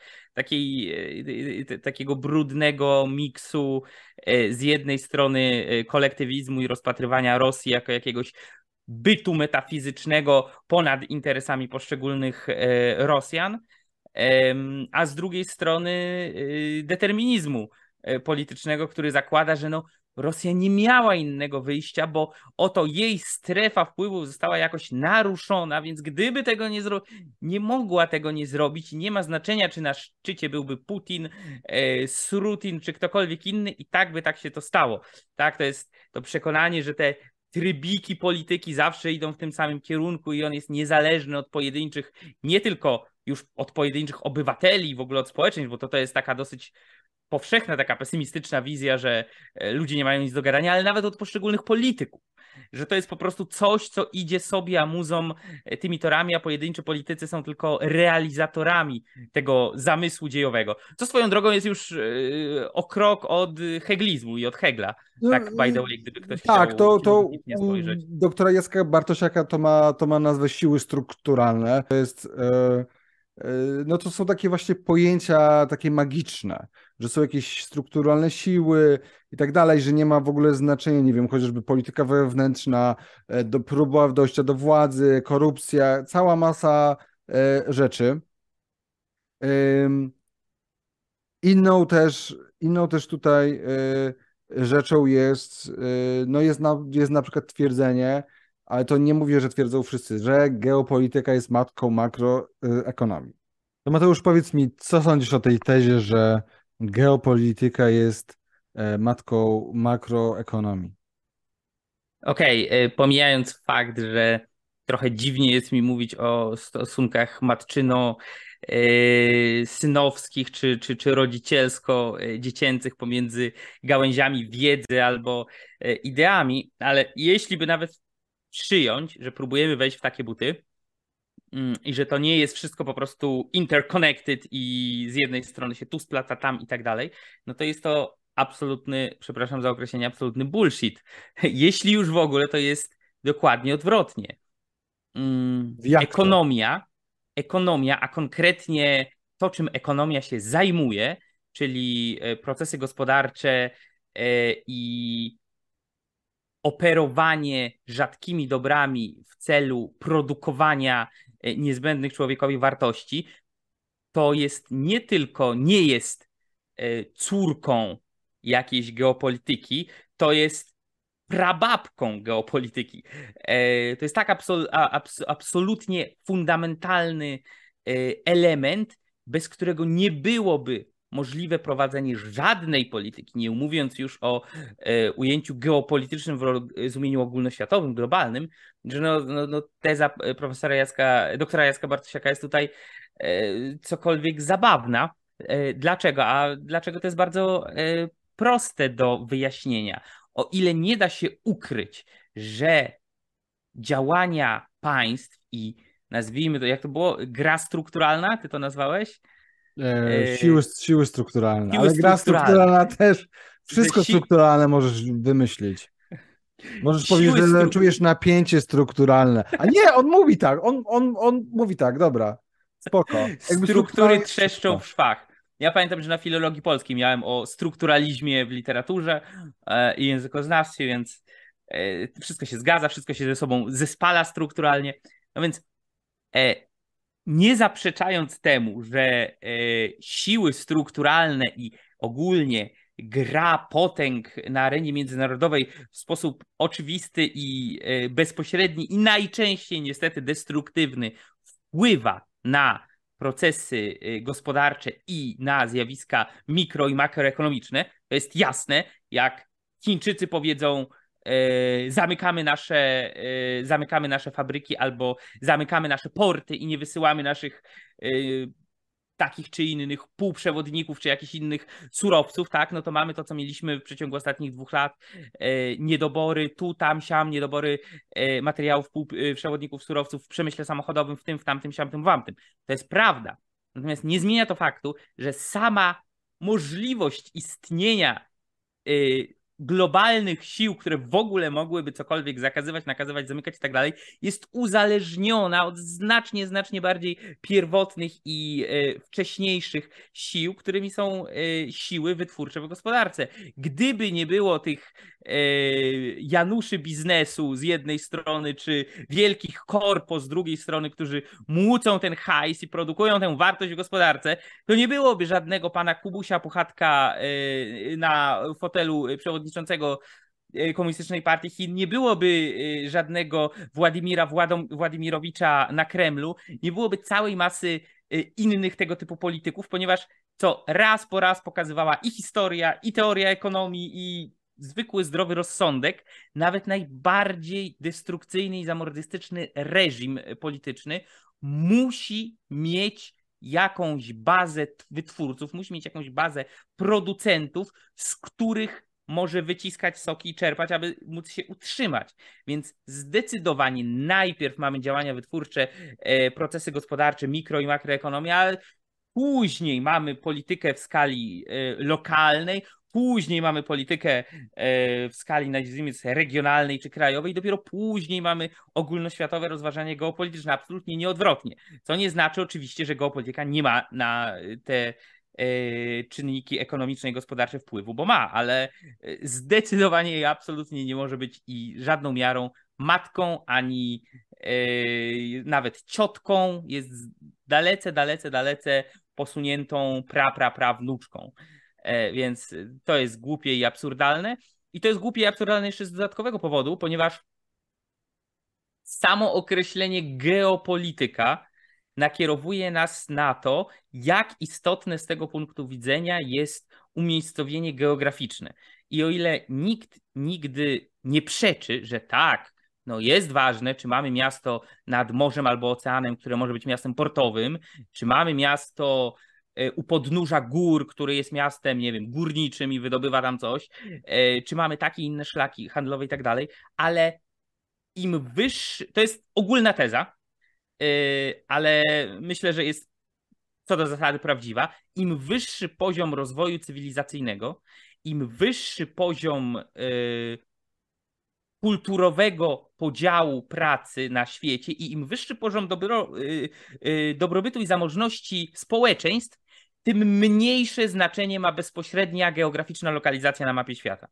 Speaker 2: takiego brudnego miksu z jednej strony kolektywizmu i rozpatrywania Rosji jako jakiegoś bytu metafizycznego ponad interesami poszczególnych Rosjan, a z drugiej strony determinizmu politycznego, który zakłada, że no, Rosja nie miała innego wyjścia, bo oto jej strefa wpływów została jakoś naruszona, więc gdyby tego nie mogła tego nie zrobić, nie ma znaczenia, czy na szczycie byłby Putin, Srutin, czy ktokolwiek inny, i tak by tak się to stało. Tak, to jest to przekonanie, że te trybiki polityki zawsze idą w tym samym kierunku i on jest niezależny od pojedynczych, nie tylko już od pojedynczych obywateli, w ogóle od społeczeństw, bo to jest taka dosyć powszechna, taka pesymistyczna wizja, że ludzie nie mają nic do gadania, ale nawet od poszczególnych polityków. Że to jest po prostu coś, co idzie sobie amuzom tymi torami, a pojedynczy politycy są tylko realizatorami tego zamysłu dziejowego. Co swoją drogą jest już o krok od heglizmu i od Hegla.
Speaker 1: No,
Speaker 2: Tak, by the way, gdyby ktoś
Speaker 1: tak,
Speaker 2: chciał
Speaker 1: to
Speaker 2: filozoficznie
Speaker 1: u
Speaker 2: spojrzeć.
Speaker 1: doktora Jacka Bartosiaka to ma nazwę siły strukturalne. To jest, no to są takie właśnie pojęcia takie magiczne, że są jakieś strukturalne siły i tak dalej, że nie ma w ogóle znaczenia, nie wiem, chociażby polityka wewnętrzna, próba dojścia do władzy, korupcja, cała masa rzeczy. Inną też tutaj rzeczą jest, no jest na przykład twierdzenie, ale to nie mówię, że twierdzą wszyscy, że geopolityka jest matką makroekonomii. To Mateusz, powiedz mi, co sądzisz o tej tezie, że geopolityka jest matką makroekonomii?
Speaker 2: Okej, pomijając fakt, że trochę dziwnie jest mi mówić o stosunkach synowskich czy rodzicielsko-dziecięcych pomiędzy gałęziami wiedzy albo ideami, ale jeśli by nawet przyjąć, że próbujemy wejść w takie buty i że to nie jest wszystko po prostu interconnected i z jednej strony się tu splata, tam i tak dalej, no to jest to absolutny, przepraszam za określenie, absolutny bullshit. Jeśli już w ogóle, to jest dokładnie odwrotnie.
Speaker 1: Jak to?
Speaker 2: Ekonomia, a konkretnie to, czym ekonomia się zajmuje, czyli procesy gospodarcze i operowanie rzadkimi dobrami w celu produkowania niezbędnych człowiekowi wartości, to jest nie jest córką jakiejś geopolityki, to jest prababką geopolityki. To jest tak absolutnie fundamentalny element, bez którego nie byłoby możliwe prowadzenie żadnej polityki, nie mówiąc już o ujęciu geopolitycznym w rozumieniu ogólnoświatowym, globalnym, że teza doktora Jacka Bartosiaka jest tutaj cokolwiek zabawna. Dlaczego? A dlaczego to jest bardzo proste do wyjaśnienia? O ile nie da się ukryć, że działania państw i nazwijmy to, jak to było, gra strukturalna, ty to nazwałeś?
Speaker 1: Siły strukturalne,
Speaker 2: Siły
Speaker 1: ale gra
Speaker 2: strukturalne.
Speaker 1: strukturalna też, wszystko strukturalne możesz wymyślić. Możesz powiedzieć, że czujesz napięcie strukturalne. A nie, on mówi tak, on mówi tak, dobra, spoko.
Speaker 2: Struktury trzeszczą w szwach. Ja pamiętam, że na filologii polskiej miałem o strukturalizmie w literaturze i językoznawstwie, więc wszystko się zgadza, wszystko się ze sobą zespala strukturalnie. No więc nie zaprzeczając temu, że siły strukturalne i ogólnie gra potęg na arenie międzynarodowej w sposób oczywisty i bezpośredni i najczęściej niestety destruktywny wpływa na procesy gospodarcze i na zjawiska mikro i makroekonomiczne, to jest jasne, jak Chińczycy powiedzą zamykamy nasze fabryki albo zamykamy nasze porty i nie wysyłamy naszych takich czy innych półprzewodników czy jakichś innych surowców, tak, no to mamy to, co mieliśmy w przeciągu ostatnich 2 lat, niedobory tu, tam, siam, niedobory materiałów, półprzewodników, surowców w przemyśle samochodowym, w tym, w tamtym, siamtym, wamtym. To jest prawda. Natomiast nie zmienia to faktu, że sama możliwość istnienia globalnych sił, które w ogóle mogłyby cokolwiek zakazywać, nakazywać, zamykać i tak dalej, jest uzależniona od znacznie bardziej pierwotnych i wcześniejszych sił, którymi są siły wytwórcze w gospodarce. Gdyby nie było tych januszy biznesu z jednej strony, czy wielkich korpo z drugiej strony, którzy młócą ten hajs i produkują tę wartość w gospodarce, to nie byłoby żadnego pana Kubusia Puchatka na fotelu przewodniczącego Komunistycznej Partii Chin, nie byłoby żadnego Władimira Władimirowicza na Kremlu, nie byłoby całej masy innych tego typu polityków, ponieważ co raz po raz pokazywała i historia, i teoria ekonomii, i zwykły zdrowy rozsądek, nawet najbardziej destrukcyjny i zamordystyczny reżim polityczny musi mieć jakąś bazę wytwórców, musi mieć jakąś bazę producentów, z których może wyciskać soki i czerpać, aby móc się utrzymać. Więc zdecydowanie najpierw mamy działania wytwórcze, procesy gospodarcze, mikro i makroekonomia, ale później mamy politykę w skali lokalnej, później mamy politykę w skali, nazwijmy to, regionalnej czy krajowej, dopiero później mamy ogólnoświatowe rozważanie geopolityczne, absolutnie nieodwrotnie. Co nie znaczy oczywiście, że geopolityka nie ma na te czynniki ekonomiczne i gospodarcze wpływu, bo ma, ale zdecydowanie jej absolutnie nie może być i żadną miarą matką, ani nawet ciotką, jest dalece posuniętą wnuczką. Więc to jest głupie i absurdalne. I to jest głupie i absurdalne jeszcze z dodatkowego powodu, ponieważ samo określenie geopolityka nakierowuje nas na to, jak istotne z tego punktu widzenia jest umiejscowienie geograficzne. I o ile nikt nigdy nie przeczy, że tak, No jest ważne, czy mamy miasto nad morzem albo oceanem, które może być miastem portowym, czy mamy miasto u podnóża gór, które jest miastem, nie wiem, górniczym i wydobywa tam coś, czy mamy takie inne szlaki handlowe i tak dalej, ale im wyższy, to jest ogólna teza, ale myślę, że jest co do zasady prawdziwa, im wyższy poziom rozwoju cywilizacyjnego, im wyższy poziom kulturowego podziału pracy na świecie i im wyższy poziom dobrobytu i zamożności społeczeństw, tym mniejsze znaczenie ma bezpośrednia geograficzna lokalizacja na mapie świata.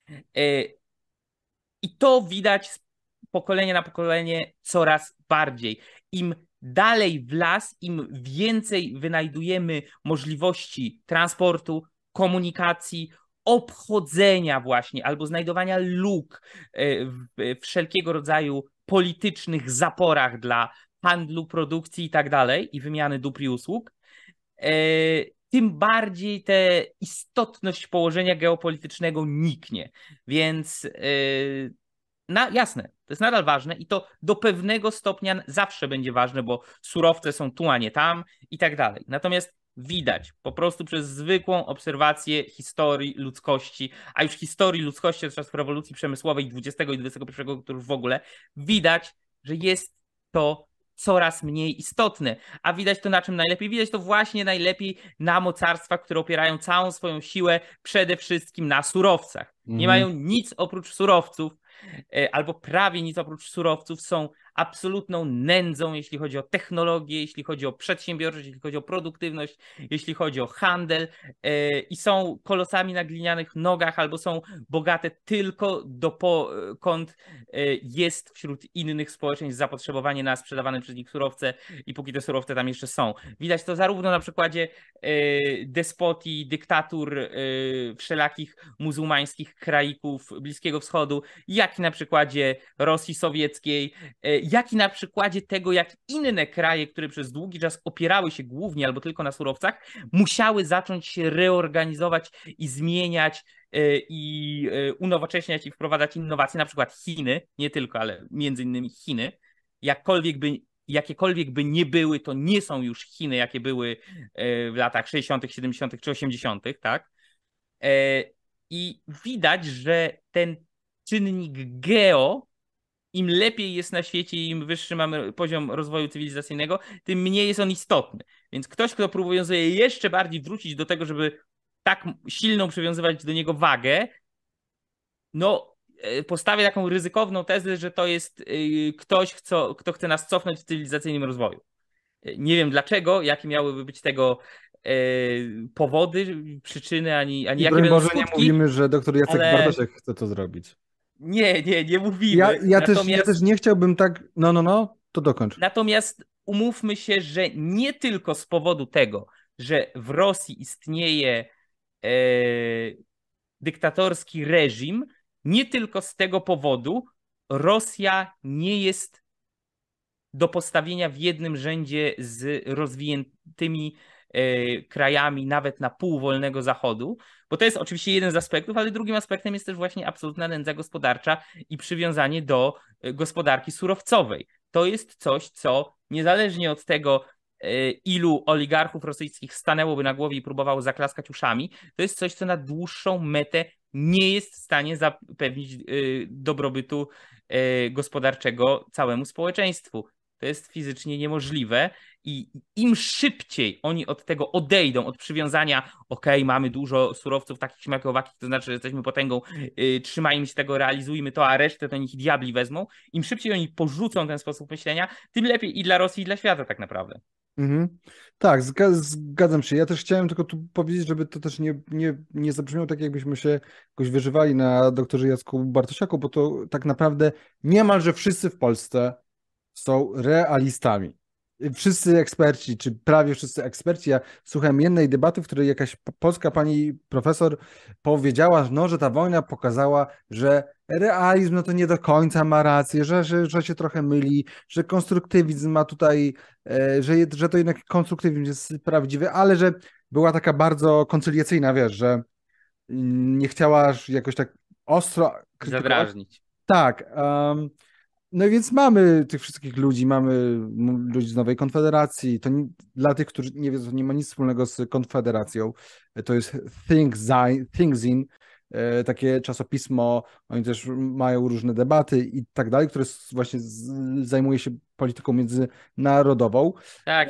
Speaker 2: I to widać z pokolenia na pokolenie coraz bardziej. Im dalej w las, im więcej wynajdujemy możliwości transportu, komunikacji, obchodzenia właśnie albo znajdowania luk w wszelkiego rodzaju politycznych zaporach dla handlu, produkcji i tak dalej i wymiany dóbr i usług, tym bardziej te istotność położenia geopolitycznego niknie. Więc jasne, to jest nadal ważne i to do pewnego stopnia zawsze będzie ważne, bo surowce są tu, a nie tam i tak dalej. Natomiast widać po prostu przez zwykłą obserwację historii ludzkości, a już historii ludzkości od czasów rewolucji przemysłowej XX i XXI, który w ogóle widać, że jest to coraz mniej istotne. A widać to na czym najlepiej? Widać to właśnie najlepiej na mocarstwach, które opierają całą swoją siłę przede wszystkim na surowcach. Nie mają nic oprócz surowców, albo prawie nic oprócz surowców, są absolutną nędzą, jeśli chodzi o technologię, jeśli chodzi o przedsiębiorczość, jeśli chodzi o produktywność, jeśli chodzi o handel i są kolosami na glinianych nogach, albo są bogate tylko dokąd jest wśród innych społeczeństw zapotrzebowanie na sprzedawane przez nich surowce i póki te surowce tam jeszcze są. Widać to zarówno na przykładzie despotii, dyktatur wszelakich muzułmańskich kraików Bliskiego Wschodu, jak i na przykładzie Rosji Sowieckiej, jak i na przykładzie tego, jak inne kraje, które przez długi czas opierały się głównie albo tylko na surowcach, musiały zacząć się reorganizować i zmieniać i unowocześniać i wprowadzać innowacje, na przykład Chiny, nie tylko, ale między innymi Chiny, jakiekolwiek by nie były, to nie są już Chiny, jakie były w latach 60., 70. czy 80., tak? I widać, że ten czynnik geo, im lepiej jest na świecie, im wyższy mamy poziom rozwoju cywilizacyjnego, tym mniej jest on istotny. Więc ktoś, kto próbuje jeszcze bardziej wrócić do tego, żeby tak silną przywiązywać do niego wagę, no postawia taką ryzykowną tezę, że to jest ktoś, kto chce nas cofnąć w cywilizacyjnym rozwoju. Nie wiem dlaczego, jakie miałyby być tego powody, przyczyny, ani jakie
Speaker 1: broń
Speaker 2: będą
Speaker 1: Boże,
Speaker 2: skutki.
Speaker 1: Nie mówimy, że doktor Jacek
Speaker 2: ale...
Speaker 1: Bartoszek chce to zrobić.
Speaker 2: Nie mówimy.
Speaker 1: Ja też nie chciałbym tak... to dokończ.
Speaker 2: Natomiast umówmy się, że nie tylko z powodu tego, że w Rosji istnieje dyktatorski reżim, nie tylko z tego powodu Rosja nie jest do postawienia w jednym rzędzie z rozwiniętymi krajami nawet na pół wolnego zachodu, bo to jest oczywiście jeden z aspektów, ale drugim aspektem jest też właśnie absolutna nędza gospodarcza i przywiązanie do gospodarki surowcowej. To jest coś, co niezależnie od tego, ilu oligarchów rosyjskich stanęłoby na głowie i próbowało zaklaskać uszami, to jest coś, co na dłuższą metę nie jest w stanie zapewnić dobrobytu gospodarczego całemu społeczeństwu. To jest fizycznie niemożliwe i im szybciej oni od tego odejdą, od przywiązania, mamy dużo surowców takich, śmaków, owakich, to znaczy, że jesteśmy potęgą, trzymajmy się tego, realizujmy to, a resztę to niech diabli wezmą. Im szybciej oni porzucą ten sposób myślenia, tym lepiej i dla Rosji, i dla świata tak naprawdę.
Speaker 1: Tak, zgadzam się. Ja też chciałem tylko tu powiedzieć, żeby to też nie zabrzmiało tak, jakbyśmy się jakoś wyżywali na doktorze Jacku Bartosiaku, bo to tak naprawdę niemalże wszyscy w Polsce są realistami. Wszyscy eksperci, czy prawie wszyscy eksperci. Ja słuchałem jednej debaty, w której jakaś polska pani profesor powiedziała, że ta wojna pokazała, że realizm to nie do końca ma rację, że się trochę myli, że konstruktywizm ma tutaj, że to jednak konstruktywizm jest prawdziwy, ale że była taka bardzo koncyliacyjna, wiesz, że nie chciała jakoś tak ostro krytykować.
Speaker 2: Zadrażnić.
Speaker 1: Tak. No i więc mamy tych wszystkich ludzi, mamy ludzi z Nowej Konfederacji. Dla tych, którzy nie wiedzą, to nie ma nic wspólnego z Konfederacją. To jest Thinkzine, takie czasopismo. Oni też mają różne debaty i tak dalej, które właśnie zajmuje się polityką międzynarodową.
Speaker 2: Tak,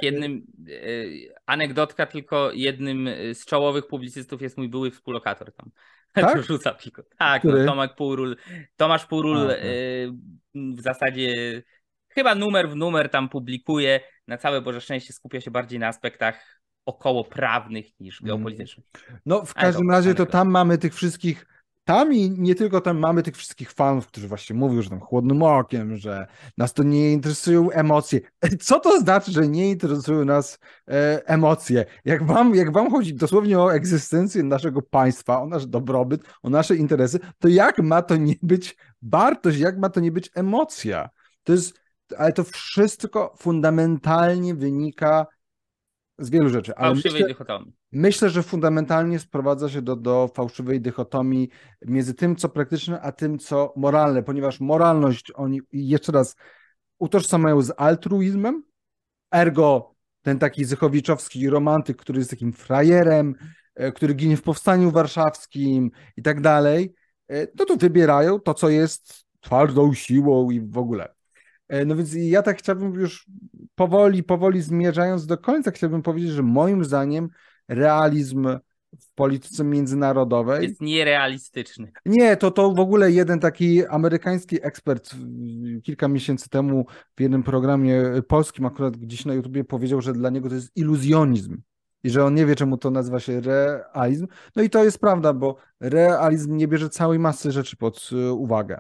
Speaker 2: anegdotka, tylko jednym z czołowych publicystów jest mój były współlokator tam. To
Speaker 1: Tak?
Speaker 2: rzuca tylko. Tak, no
Speaker 1: Który?
Speaker 2: Tomasz Półról
Speaker 1: Tak.
Speaker 2: w zasadzie chyba numer w numer tam publikuje. Na całe Boże szczęście skupia się bardziej na aspektach około prawnych niż
Speaker 1: Mm.
Speaker 2: geopolitycznych.
Speaker 1: No, w
Speaker 2: Ale
Speaker 1: każdym
Speaker 2: dobra,
Speaker 1: razie to
Speaker 2: anegdota.
Speaker 1: tam mamy tych wszystkich, tam i nie tylko tam mamy tych wszystkich fanów, którzy właśnie mówią, że tam chłodnym okiem, że nas to nie interesują emocje. Co to znaczy, że nie interesują nas emocje? Jak wam chodzi dosłownie o egzystencję naszego państwa, o nasz dobrobyt, o nasze interesy, to jak ma to nie być wartość, jak ma to nie być emocja? To jest, ale to wszystko fundamentalnie wynika z wielu rzeczy, ale
Speaker 2: Fałszywej dychotomii.
Speaker 1: myślę, że fundamentalnie sprowadza się do fałszywej dychotomii między tym, co praktyczne, a tym, co moralne, ponieważ moralność oni jeszcze raz utożsamiają z altruizmem, ergo ten taki zychowiczowski romantyk, który jest takim frajerem, który ginie w powstaniu warszawskim i tak dalej, no to wybierają to, co jest twardą siłą i w ogóle. No więc ja tak chciałbym już powoli zmierzając do końca, chciałbym powiedzieć, że moim zdaniem realizm w polityce międzynarodowej,
Speaker 2: Jest nierealistyczny.
Speaker 1: nie, to w ogóle jeden taki amerykański ekspert kilka miesięcy temu w jednym programie polskim akurat gdzieś na YouTubie powiedział, że dla niego to jest iluzjonizm i że on nie wie, czemu to nazywa się realizm. No i to jest prawda, bo realizm nie bierze całej masy rzeczy pod uwagę,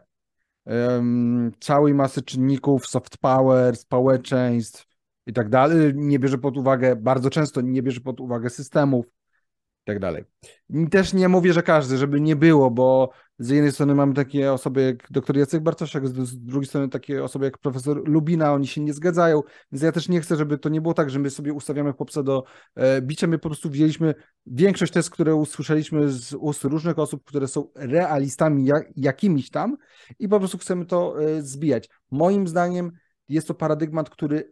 Speaker 1: całej masy czynników, soft power, społeczeństw i tak dalej. Nie bierze pod uwagę, bardzo często nie bierze pod uwagę systemów i tak dalej. Też nie mówię, że każdy, żeby nie było, bo z jednej strony mamy takie osoby jak dr Jacek Bartoszek, z drugiej strony takie osoby jak profesor Lubina, oni się nie zgadzają, więc ja też nie chcę, żeby to nie było tak, że my sobie ustawiamy popsa do bicia, my po prostu wzięliśmy większość tez, które usłyszeliśmy z ust różnych osób, które są realistami jakimiś tam i po prostu chcemy to zbijać. Moim zdaniem jest to paradygmat, który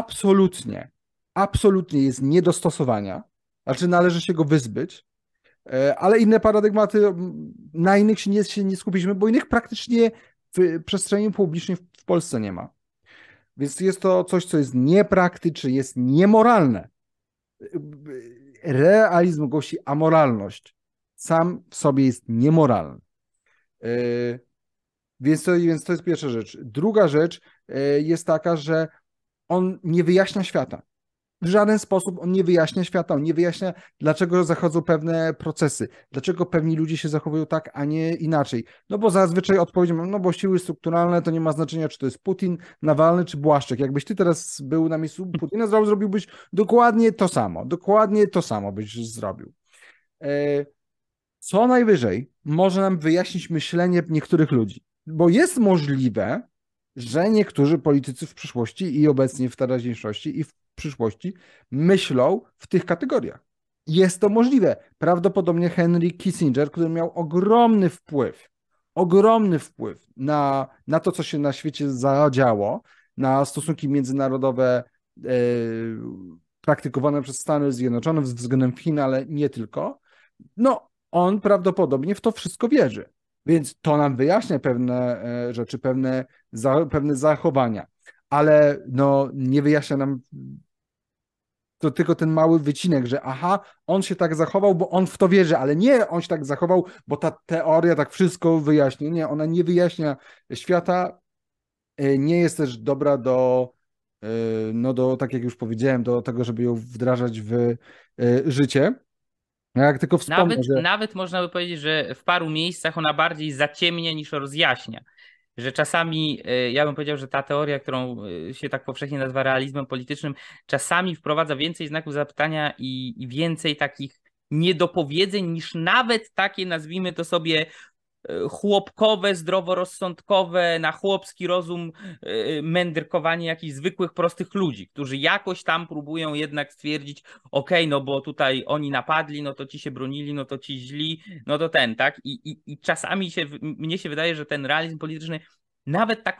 Speaker 1: absolutnie jest nie do stosowania, znaczy należy się go wyzbyć, ale inne paradygmaty, na innych się nie skupiliśmy, bo innych praktycznie w przestrzeni publicznej w Polsce nie ma. Więc jest to coś, co jest niepraktyczne, jest niemoralne. Realizm głosi amoralność. Sam w sobie jest niemoralny. Więc to jest pierwsza rzecz. Druga rzecz jest taka, że on nie wyjaśnia świata. W żaden sposób on nie wyjaśnia świata, on nie wyjaśnia, dlaczego zachodzą pewne procesy, dlaczego pewni ludzie się zachowują tak, a nie inaczej. No bo zazwyczaj odpowiedzią, no bo siły strukturalne to nie ma znaczenia, czy to jest Putin, Nawalny, czy Błaszczak. Jakbyś ty teraz był na miejscu Putina, zrobiłbyś dokładnie to samo byś zrobił. Co najwyżej może nam wyjaśnić myślenie niektórych ludzi, bo jest możliwe, że niektórzy politycy w przyszłości i obecnie w teraźniejszości i w przyszłości myślą w tych kategoriach. Jest to możliwe. Prawdopodobnie Henry Kissinger, który miał ogromny wpływ na to, co się na świecie zadziało, na stosunki międzynarodowe praktykowane przez Stany Zjednoczone względem Chin, ale nie tylko, no on prawdopodobnie w to wszystko wierzy. Więc to nam wyjaśnia pewne rzeczy, pewne zachowania. Ale no, nie wyjaśnia nam to tylko ten mały wycinek, że aha, on się tak zachował, bo on w to wierzy, ale nie, on się tak zachował, bo ta teoria tak wszystko wyjaśnia. Nie, ona nie wyjaśnia świata, nie jest też dobra tak jak już powiedziałem, do tego, żeby ją wdrażać w życie. Jak tylko wspomnę, że
Speaker 2: Nawet można by powiedzieć, że w paru miejscach ona bardziej zaciemnia niż rozjaśnia. Że czasami, ja bym powiedział, że ta teoria, którą się tak powszechnie nazywa realizmem politycznym, czasami wprowadza więcej znaków zapytania i więcej takich niedopowiedzeń niż nawet takie, nazwijmy to sobie, chłopkowe, zdroworozsądkowe, na chłopski rozum mędrkowanie jakichś zwykłych, prostych ludzi, którzy jakoś tam próbują jednak stwierdzić, okej, no bo tutaj oni napadli, no to ci się bronili, no to ci źli, no to ten, tak? I czasami mnie się wydaje, że ten realizm polityczny nawet taką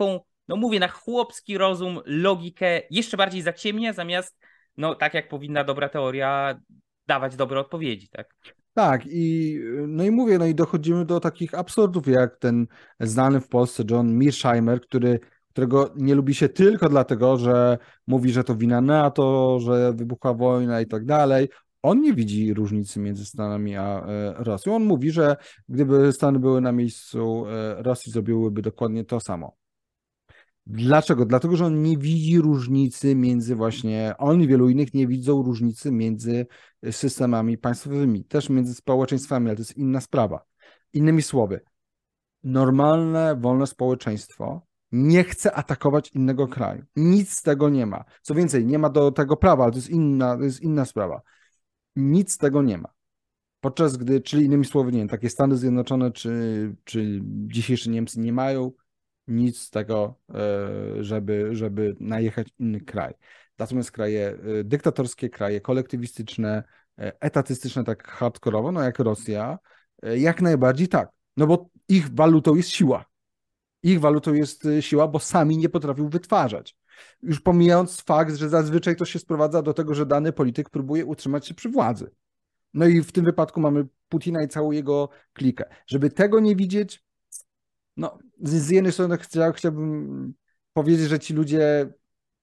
Speaker 2: no mówię, na chłopski rozum, logikę jeszcze bardziej zaciemnia, zamiast, no tak jak powinna dobra teoria, dawać dobre odpowiedzi, tak?
Speaker 1: Tak, no i mówię, no i dochodzimy do takich absurdów, jak ten znany w Polsce John Mearsheimer, którego nie lubi się tylko dlatego, że mówi, że to wina NATO, że wybuchła wojna i tak dalej. On nie widzi różnicy między Stanami a Rosją. On mówi, że gdyby Stany były na miejscu Rosji, zrobiłyby dokładnie to samo. Dlaczego? Dlatego, że on nie widzi różnicy między właśnie, on i wielu innych nie widzą różnicy między systemami państwowymi, też między społeczeństwami, ale to jest inna sprawa. Innymi słowy, normalne, wolne społeczeństwo nie chce atakować innego kraju. Nic z tego nie ma. Co więcej, nie ma do tego prawa, ale to jest inna sprawa. Nic z tego nie ma. Podczas gdy, czyli innymi słowy, nie wiem, takie Stany Zjednoczone czy dzisiejsze Niemcy nie mają nic z tego, żeby najechać inny kraj. Natomiast kraje dyktatorskie, kraje kolektywistyczne, etatystyczne, tak hardkorowo, no jak Rosja, jak najbardziej tak. No bo ich walutą jest siła. Ich walutą jest siła, bo sami nie potrafią wytwarzać. Już pomijając fakt, że zazwyczaj to się sprowadza do tego, że dany polityk próbuje utrzymać się przy władzy. No i w tym wypadku mamy Putina i całą jego klikę. Żeby tego nie widzieć, no z jednej strony chciałbym powiedzieć, że ci ludzie,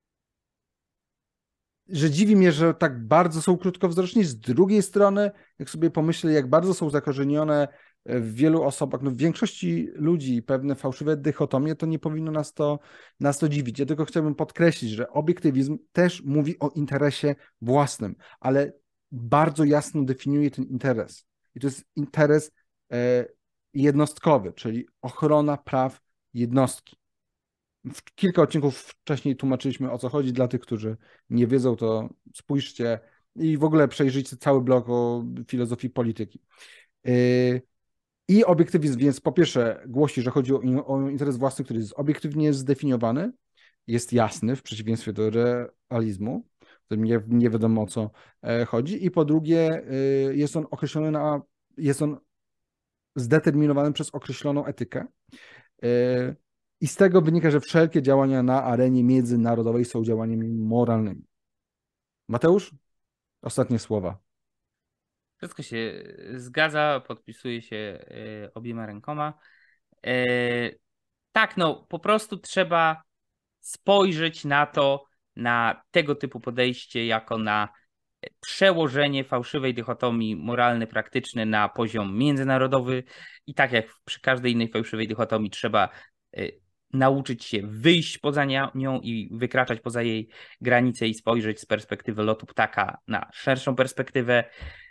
Speaker 1: że dziwi mnie, że tak bardzo są krótkowzroczni. Z drugiej strony, jak sobie pomyślę, jak bardzo są zakorzenione w wielu osobach, no w większości ludzi pewne fałszywe dychotomie, to nie powinno nas to dziwić. Ja tylko chciałbym podkreślić, że obiektywizm też mówi o interesie własnym, ale bardzo jasno definiuje ten interes. I to jest interes jednostkowy, czyli ochrona praw jednostki. Kilka odcinków wcześniej tłumaczyliśmy, o co chodzi. Dla tych, którzy nie wiedzą, to spójrzcie i w ogóle przejrzyjcie cały blok o filozofii polityki. I obiektywizm więc po pierwsze głosi, że chodzi o interes własny, który jest obiektywnie zdefiniowany, jest jasny w przeciwieństwie do realizmu, w którym nie wiadomo o co chodzi. I po drugie jest on zdeterminowany przez określoną etykę. I z tego wynika, że wszelkie działania na arenie międzynarodowej są działaniami moralnymi. Mateusz? Ostatnie słowa.
Speaker 2: Wszystko się zgadza, podpisuje się obiema rękoma. Tak, no po prostu trzeba spojrzeć na to, na tego typu podejście jako na przełożenie fałszywej dychotomii moralny-praktyczny na poziom międzynarodowy i tak jak przy każdej innej fałszywej dychotomii trzeba nauczyć się wyjść poza nią i wykraczać poza jej granice i spojrzeć z perspektywy lotu ptaka na szerszą perspektywę.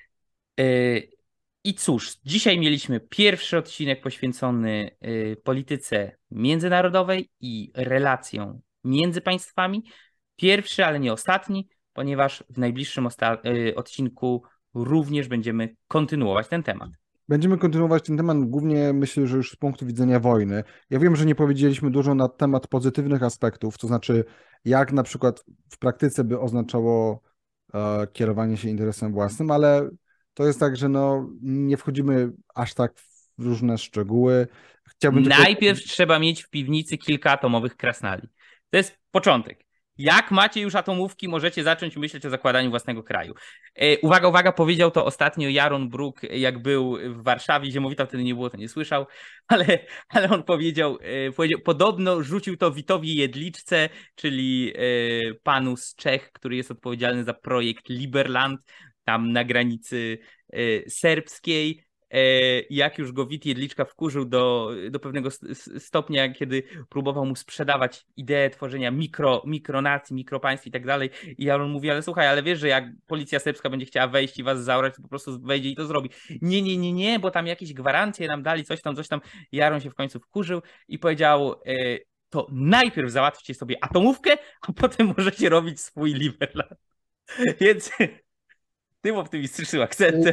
Speaker 2: I cóż, dzisiaj mieliśmy pierwszy odcinek poświęcony polityce międzynarodowej i relacjom między państwami. Pierwszy, ale nie ostatni, ponieważ w najbliższym odcinku również będziemy kontynuować ten temat.
Speaker 1: Będziemy kontynuować ten temat, głównie myślę, że już z punktu widzenia wojny. Ja wiem, że nie powiedzieliśmy dużo na temat pozytywnych aspektów, to znaczy jak na przykład w praktyce by oznaczało kierowanie się interesem własnym, ale to jest tak, że no, nie wchodzimy aż tak w różne szczegóły.
Speaker 2: Najpierw trzeba mieć w piwnicy kilka atomowych krasnali. To jest początek. Jak macie już atomówki, możecie zacząć myśleć o zakładaniu własnego kraju. Uwaga, uwaga, powiedział to ostatnio Jaron Brook, jak był w Warszawie, Ziemowita wtedy nie było, to nie słyszał, ale on powiedział, podobno rzucił to Witowi Jedliczce, czyli panu z Czech, który jest odpowiedzialny za projekt Liberland, tam na granicy serbskiej. Jak już go Wit Jedliczka wkurzył do pewnego stopnia, kiedy próbował mu sprzedawać ideę tworzenia mikronacji, mikropaństw i tak dalej. I Jaron mówi, ale słuchaj, ale wiesz, że jak policja serbska będzie chciała wejść i was zaorać, to po prostu wejdzie i to zrobi. Nie, bo tam jakieś gwarancje nam dali, coś tam. Jaron się w końcu wkurzył i powiedział, to najpierw załatwcie sobie atomówkę, a potem możecie robić swój Liberland. Więc tym optymistycznym akcentem.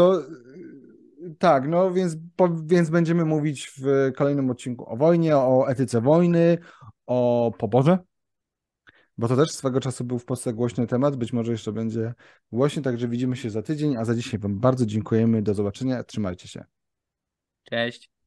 Speaker 1: Tak, no więc będziemy mówić w kolejnym odcinku o wojnie, o etyce wojny, o poborze, bo to też swego czasu był w Polsce głośny temat, być może jeszcze będzie głośny, także widzimy się za tydzień, a za dzisiaj Wam bardzo dziękujemy, do zobaczenia, trzymajcie się.
Speaker 2: Cześć.